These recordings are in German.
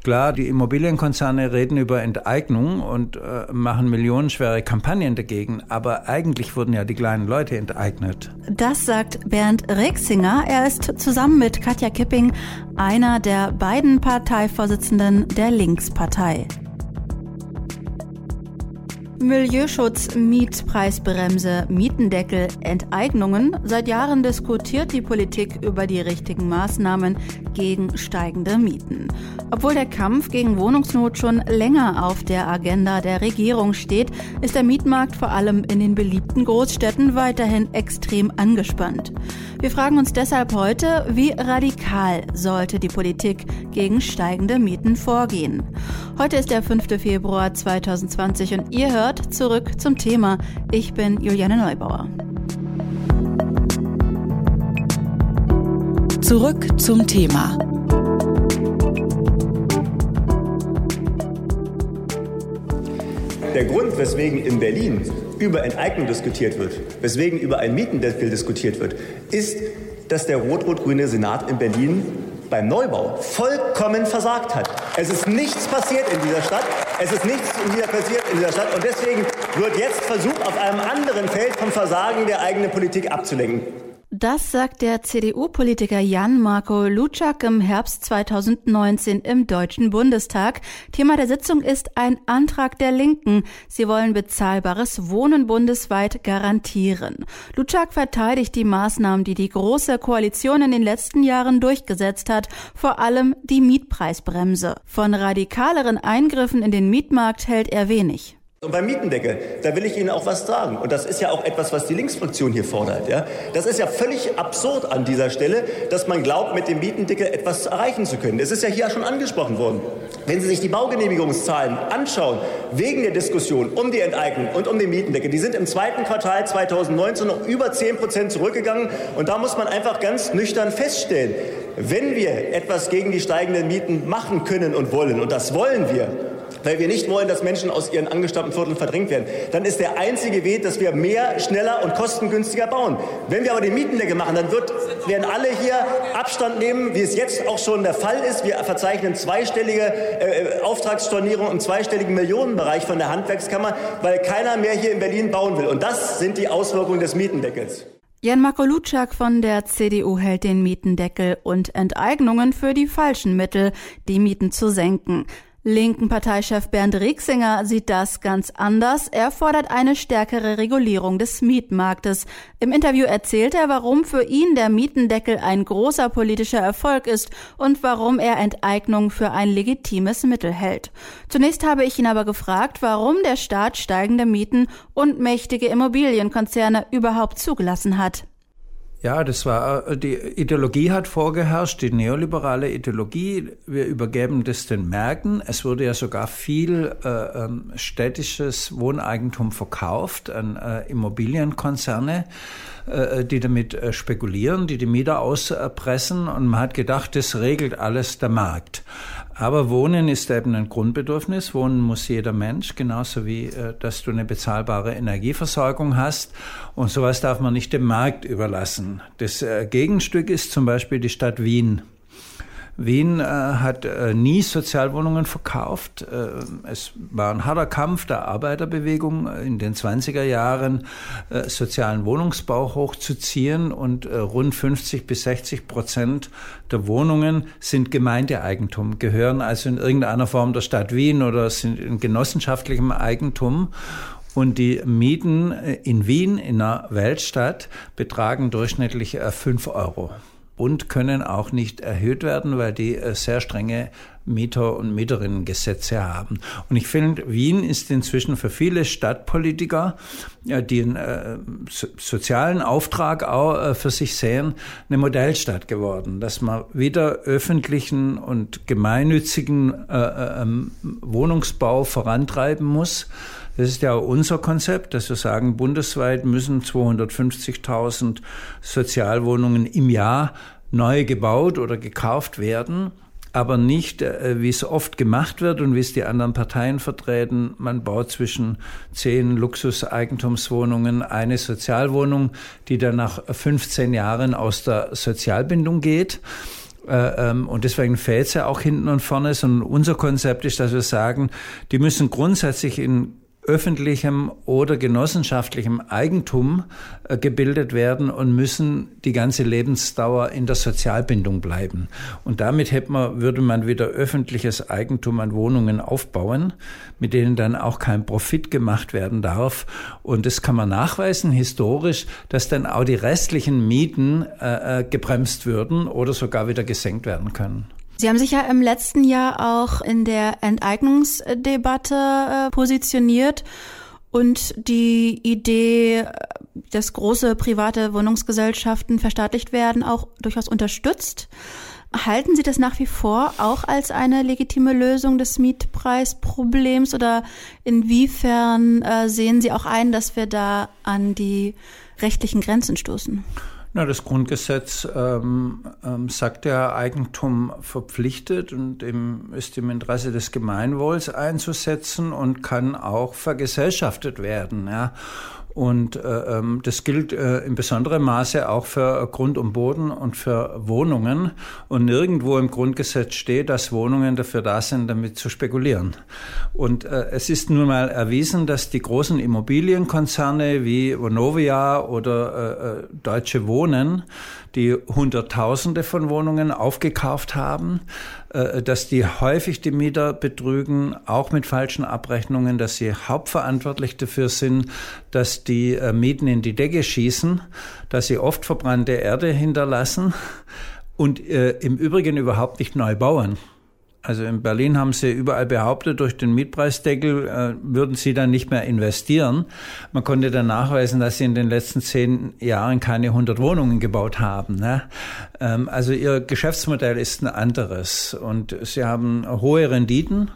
Klar, die Immobilienkonzerne reden über Enteignung und machen millionenschwere Kampagnen dagegen, aber eigentlich wurden ja die kleinen Leute enteignet. Das sagt Bernd Rexinger. Er ist zusammen mit Katja Kipping einer der beiden Parteivorsitzenden der Linkspartei. Milieuschutz, Mietpreisbremse, Mietendeckel, Enteignungen. Seit Jahren diskutiert die Politik über die richtigen Maßnahmen gegen steigende Mieten. Obwohl der Kampf gegen Wohnungsnot schon länger auf der Agenda der Regierung steht, ist der Mietmarkt vor allem in den beliebten Großstädten weiterhin extrem angespannt. Wir fragen uns deshalb heute, wie radikal sollte die Politik gegen steigende Mieten vorgehen? Heute ist der 5. Februar 2020 und ihr hört zurück zum Thema. Ich bin Juliane Neubauer. Zurück zum Thema. Der Grund, weswegen in Berlin über Enteignung diskutiert wird, weswegen über einen Mietendeckel diskutiert wird, ist, dass der rot-rot-grüne Senat in Berlin beim Neubau vollkommen versagt hat. Es ist nichts passiert in dieser Stadt. Es ist nichts passiert in dieser Stadt. Und deswegen wird jetzt versucht, auf einem anderen Feld vom Versagen der eigenen Politik abzulenken. Das sagt der CDU-Politiker Jan-Marco Luczak im Herbst 2019 im Deutschen Bundestag. Thema der Sitzung ist ein Antrag der Linken. Sie wollen bezahlbares Wohnen bundesweit garantieren. Luczak verteidigt die Maßnahmen, die die Große Koalition in den letzten Jahren durchgesetzt hat, vor allem die Mietpreisbremse. Von radikaleren Eingriffen in den Mietmarkt hält er wenig. Und beim Mietendeckel, da will ich Ihnen auch was sagen. Und das ist ja auch etwas, was die Linksfraktion hier fordert. Ja? Das ist ja völlig absurd an dieser Stelle, dass man glaubt, mit dem Mietendeckel etwas erreichen zu können. Es ist ja hier schon angesprochen worden. Wenn Sie sich die Baugenehmigungszahlen anschauen, wegen der Diskussion um die Enteignung und um den Mietendeckel, die sind im zweiten Quartal 2019 noch über 10% zurückgegangen. Und da muss man einfach ganz nüchtern feststellen, wenn wir etwas gegen die steigenden Mieten machen können und wollen, und das wollen wir, weil wir nicht wollen, dass Menschen aus ihren angestammten Vierteln verdrängt werden, dann ist der einzige Weg, dass wir mehr, schneller und kostengünstiger bauen. Wenn wir aber den Mietendeckel machen, dann werden alle hier Abstand nehmen, wie es jetzt auch schon der Fall ist. Wir verzeichnen zweistellige Auftragsstornierung im zweistelligen Millionenbereich von der Handwerkskammer, weil keiner mehr hier in Berlin bauen will. Und das sind die Auswirkungen des Mietendeckels. Jan-Marco Luczak von der CDU hält den Mietendeckel und Enteignungen für die falschen Mittel, die Mieten zu senken. Linken Parteichef Bernd Rexinger sieht das ganz anders. Er fordert eine stärkere Regulierung des Mietmarktes. Im Interview erzählt er, warum für ihn der Mietendeckel ein großer politischer Erfolg ist und warum er Enteignung für ein legitimes Mittel hält. Zunächst habe ich ihn aber gefragt, warum der Staat steigende Mieten und mächtige Immobilienkonzerne überhaupt zugelassen hat. Ja, die Ideologie hat vorgeherrscht, die neoliberale Ideologie. Wir übergeben das den Märkten. Es wurde ja sogar viel städtisches Wohneigentum verkauft an Immobilienkonzerne, die damit spekulieren, die Mieter auspressen. Und man hat gedacht, das regelt alles der Markt. Aber Wohnen ist eben ein Grundbedürfnis. Wohnen muss jeder Mensch, genauso wie, dass du eine bezahlbare Energieversorgung hast. Und sowas darf man nicht dem Markt überlassen. Das Gegenstück ist zum Beispiel die Stadt Wien. Wien hat nie Sozialwohnungen verkauft. Es war ein harter Kampf der Arbeiterbewegung in den 20er Jahren, sozialen Wohnungsbau hochzuziehen, und rund 50-60% der Wohnungen sind Gemeindeeigentum, gehören also in irgendeiner Form der Stadt Wien oder sind in genossenschaftlichem Eigentum. Und die Mieten in Wien, in einer Weltstadt, betragen durchschnittlich 5 Euro. Und können auch nicht erhöht werden, weil die sehr strenge Mieter- und Mieterinnengesetze haben. Und ich finde, Wien ist inzwischen für viele Stadtpolitiker, die einen sozialen Auftrag auch für sich sehen, eine Modellstadt geworden, dass man wieder öffentlichen und gemeinnützigen Wohnungsbau vorantreiben muss. Das ist ja unser Konzept, dass wir sagen, bundesweit müssen 250.000 Sozialwohnungen im Jahr neu gebaut oder gekauft werden, aber nicht, wie es oft gemacht wird und wie es die anderen Parteien vertreten. Man baut zwischen 10 Luxuseigentumswohnungen eine Sozialwohnung, die dann nach 15 Jahren aus der Sozialbindung geht. Und deswegen fehlt es ja auch hinten und vorne. Und unser Konzept ist, dass wir sagen, die müssen grundsätzlich in öffentlichem oder genossenschaftlichem Eigentum gebildet werden und müssen die ganze Lebensdauer in der Sozialbindung bleiben. Und damit würde man wieder öffentliches Eigentum an Wohnungen aufbauen, mit denen dann auch kein Profit gemacht werden darf. Und das kann man nachweisen, historisch, dass dann auch die restlichen Mieten gebremst würden oder sogar wieder gesenkt werden können. Sie haben sich ja im letzten Jahr auch in der Enteignungsdebatte positioniert und die Idee, dass große private Wohnungsgesellschaften verstaatlicht werden, auch durchaus unterstützt. Halten Sie das nach wie vor auch als eine legitime Lösung des Mietpreisproblems oder inwiefern sehen Sie auch ein, dass wir da an die rechtlichen Grenzen stoßen? Na, das Grundgesetz sagt ja, Eigentum verpflichtet und ist im Interesse des Gemeinwohls einzusetzen und kann auch vergesellschaftet werden. Ja. Und das gilt in besonderem Maße auch für Grund und Boden und für Wohnungen. Und nirgendwo im Grundgesetz steht, dass Wohnungen dafür da sind, damit zu spekulieren. Und es ist nun mal erwiesen, dass die großen Immobilienkonzerne wie Vonovia oder Deutsche Wohnen, die Hunderttausende von Wohnungen aufgekauft haben, dass die häufig die Mieter betrügen, auch mit falschen Abrechnungen, dass sie hauptverantwortlich dafür sind, dass die Mieten in die Decke schießen, dass sie oft verbrannte Erde hinterlassen und im Übrigen überhaupt nicht neu bauen. Also in Berlin haben sie überall behauptet, durch den Mietpreisdeckel würden sie dann nicht mehr investieren. Man konnte dann nachweisen, dass sie in den letzten 10 Jahren keine 100 Wohnungen gebaut haben. Ne? Also ihr Geschäftsmodell ist ein anderes. Und sie haben hohe Renditen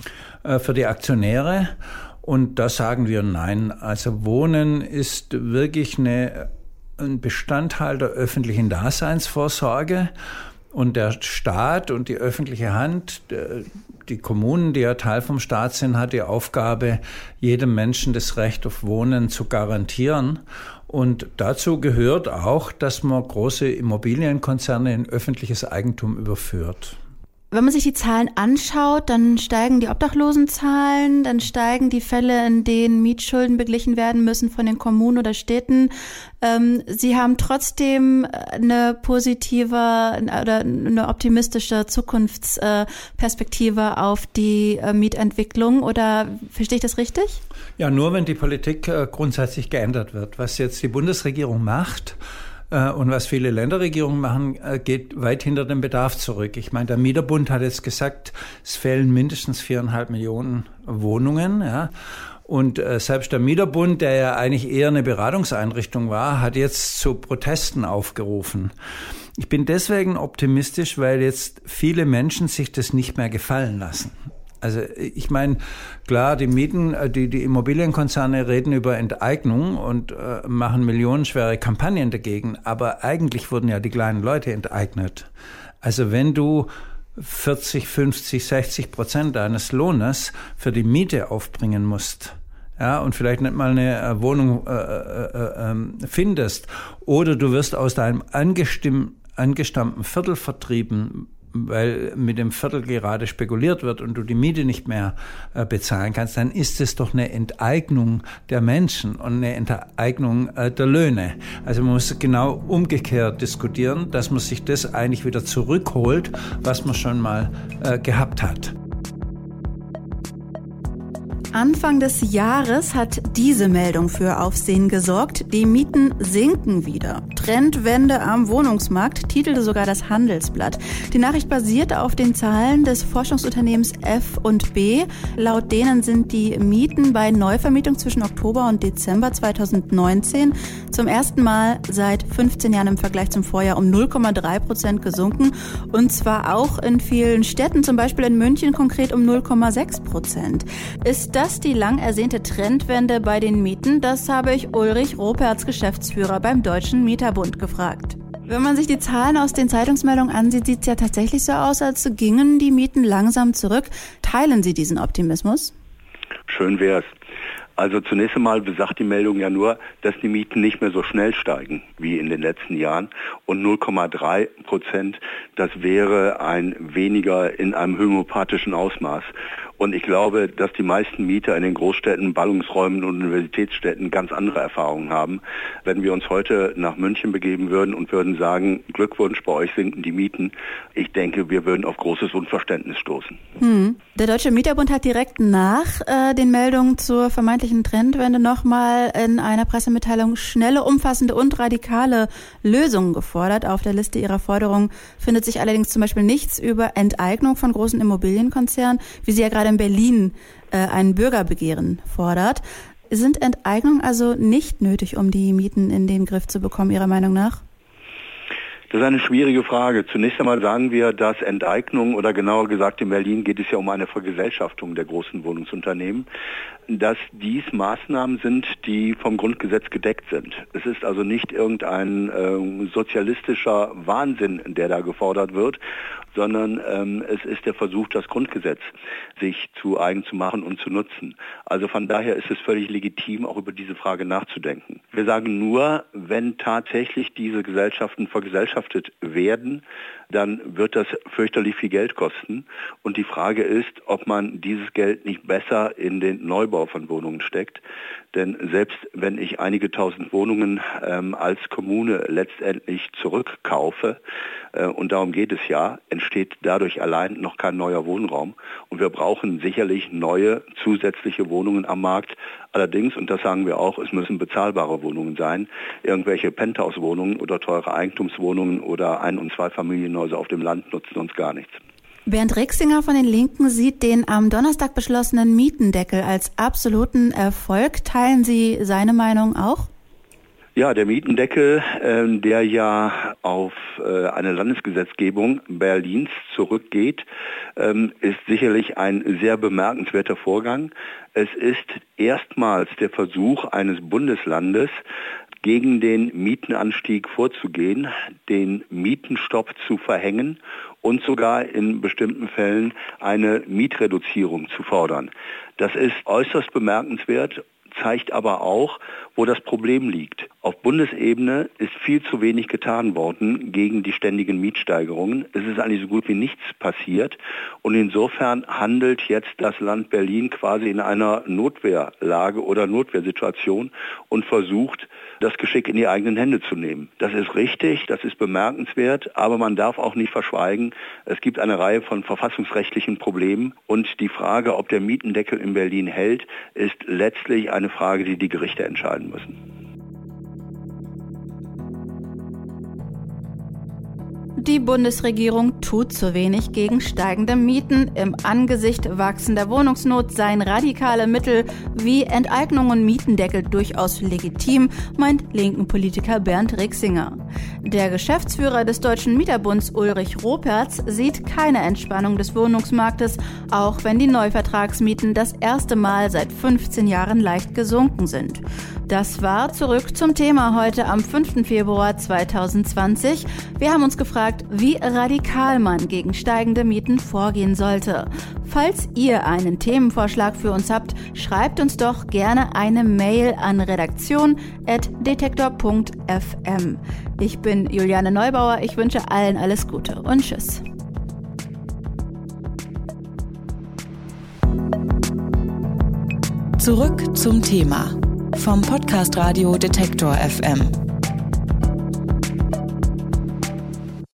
für die Aktionäre. Und da sagen wir nein. Also Wohnen ist wirklich ein Bestandteil der öffentlichen Daseinsvorsorge. Und der Staat und die öffentliche Hand, die Kommunen, die ja Teil vom Staat sind, hat die Aufgabe, jedem Menschen das Recht auf Wohnen zu garantieren. Und dazu gehört auch, dass man große Immobilienkonzerne in öffentliches Eigentum überführt. Wenn man sich die Zahlen anschaut, dann steigen die Obdachlosenzahlen, dann steigen die Fälle, in denen Mietschulden beglichen werden müssen von den Kommunen oder Städten. Sie haben trotzdem eine positive oder eine optimistische Zukunftsperspektive auf die Mietentwicklung, oder verstehe ich das richtig? Ja, nur wenn die Politik grundsätzlich geändert wird. Was jetzt die Bundesregierung macht, und was viele Länderregierungen machen, geht weit hinter dem Bedarf zurück. Ich meine, der Mieterbund hat jetzt gesagt, es fehlen mindestens 4,5 Millionen Wohnungen. Ja. Und selbst der Mieterbund, der ja eigentlich eher eine Beratungseinrichtung war, hat jetzt zu Protesten aufgerufen. Ich bin deswegen optimistisch, weil jetzt viele Menschen sich das nicht mehr gefallen lassen. Also ich meine, klar, die Immobilienkonzerne reden über Enteignung und machen millionenschwere Kampagnen dagegen, aber eigentlich wurden ja die kleinen Leute enteignet. Also wenn du 40, 50, 60% deines Lohnes für die Miete aufbringen musst, ja, und vielleicht nicht mal eine Wohnung findest, oder du wirst aus deinem angestammten Viertel vertrieben, weil mit dem Viertel gerade spekuliert wird und du die Miete nicht mehr bezahlen kannst, dann ist es doch eine Enteignung der Menschen und eine Enteignung der Löhne. Also man muss genau umgekehrt diskutieren, dass man sich das eigentlich wieder zurückholt, was man schon mal gehabt hat. Anfang des Jahres hat diese Meldung für Aufsehen gesorgt. Die Mieten sinken wieder. Trendwende am Wohnungsmarkt, titelte sogar das Handelsblatt. Die Nachricht basiert auf den Zahlen des Forschungsunternehmens F&B. Laut denen sind die Mieten bei Neuvermietung zwischen Oktober und Dezember 2019 zum ersten Mal seit 15 Jahren im Vergleich zum Vorjahr um 0,3% gesunken. Und zwar auch in vielen Städten, zum Beispiel in München konkret um 0,6%. Ist das die lang ersehnte Trendwende bei den Mieten? Das habe ich Ulrich Roperts, Geschäftsführer beim Deutschen Mieterbund, gefragt. Wenn man sich die Zahlen aus den Zeitungsmeldungen ansieht, sieht es ja tatsächlich so aus, als gingen die Mieten langsam zurück. Teilen Sie diesen Optimismus? Schön wär's. Also zunächst einmal besagt die Meldung ja nur, dass die Mieten nicht mehr so schnell steigen wie in den letzten Jahren. Und 0,3%, das wäre ein weniger in einem homöopathischen Ausmaß. Und ich glaube, dass die meisten Mieter in den Großstädten, Ballungsräumen und Universitätsstädten ganz andere Erfahrungen haben. Wenn wir uns heute nach München begeben würden und würden sagen, Glückwunsch, bei euch sinken die Mieten, ich denke, wir würden auf großes Unverständnis stoßen. Der Deutsche Mieterbund hat direkt nach den Meldungen zur vermeintlichen Trendwende nochmal in einer Pressemitteilung schnelle, umfassende und radikale Lösungen gefordert. Auf der Liste ihrer Forderungen findet sich allerdings zum Beispiel nichts über Enteignung von großen Immobilienkonzernen, wie sie ja gerade in Berlin ein Bürgerbegehren fordert. Sind Enteignungen also nicht nötig, um die Mieten in den Griff zu bekommen, Ihrer Meinung nach? Das ist eine schwierige Frage. Zunächst einmal sagen wir, dass Enteignung, oder genauer gesagt in Berlin geht es ja um eine Vergesellschaftung der großen Wohnungsunternehmen, dass dies Maßnahmen sind, die vom Grundgesetz gedeckt sind. Es ist also nicht irgendein sozialistischer Wahnsinn, der da gefordert wird, sondern es ist der Versuch, das Grundgesetz sich zu eigen zu machen und zu nutzen. Also von daher ist es völlig legitim, auch über diese Frage nachzudenken. Wir sagen nur, wenn tatsächlich diese Gesellschaften vergesellschaftet werden, dann wird das fürchterlich viel Geld kosten. Und die Frage ist, ob man dieses Geld nicht besser in den Neubau von Wohnungen steckt. Denn selbst wenn ich einige tausend Wohnungen als Kommune letztendlich zurückkaufe, und darum geht es ja, entsteht dadurch allein noch kein neuer Wohnraum. Und wir brauchen sicherlich neue zusätzliche Wohnungen am Markt. Allerdings, und das sagen wir auch, es müssen bezahlbare Wohnungen sein. Irgendwelche Penthouse-Wohnungen oder teure Eigentumswohnungen oder Ein- und Zweifamilienhäuser auf dem Land nutzen uns gar nichts. Bernd Rixinger von den Linken sieht den am Donnerstag beschlossenen Mietendeckel als absoluten Erfolg. Teilen Sie seine Meinung auch? Ja, der Mietendeckel, der ja auf eine Landesgesetzgebung Berlins zurückgeht, ist sicherlich ein sehr bemerkenswerter Vorgang. Es ist erstmals der Versuch eines Bundeslandes, gegen den Mietenanstieg vorzugehen, den Mietenstopp zu verhängen und sogar in bestimmten Fällen eine Mietreduzierung zu fordern. Das ist äußerst bemerkenswert, zeigt aber auch, wo das Problem liegt. Auf Bundesebene ist viel zu wenig getan worden gegen die ständigen Mietsteigerungen. Es ist eigentlich so gut wie nichts passiert. Und insofern handelt jetzt das Land Berlin quasi in einer Notwehrlage oder Notwehrsituation und versucht, das Geschick in die eigenen Hände zu nehmen. Das ist richtig, das ist bemerkenswert, aber man darf auch nicht verschweigen, es gibt eine Reihe von verfassungsrechtlichen Problemen und die Frage, ob der Mietendeckel in Berlin hält, ist letztlich eine Frage, die die Gerichte entscheiden müssen. Die Bundesregierung tut zu wenig gegen steigende Mieten. Im Angesicht wachsender Wohnungsnot seien radikale Mittel wie Enteignung und Mietendeckel durchaus legitim, meint linken Politiker Bernd Rixinger. Der Geschäftsführer des Deutschen Mieterbunds Ulrich Roperz sieht keine Entspannung des Wohnungsmarktes, auch wenn die Neuvertragsmieten das erste Mal seit 15 Jahren leicht gesunken sind. Das war zurück zum Thema heute am 5. Februar 2020. Wir haben uns gefragt, wie radikal man gegen steigende Mieten vorgehen sollte. Falls ihr einen Themenvorschlag für uns habt, schreibt uns doch gerne eine Mail an redaktion@detektor.fm. Ich bin Juliane Neubauer, ich wünsche allen alles Gute und tschüss. Zurück zum Thema vom Podcast Radio Detektor FM.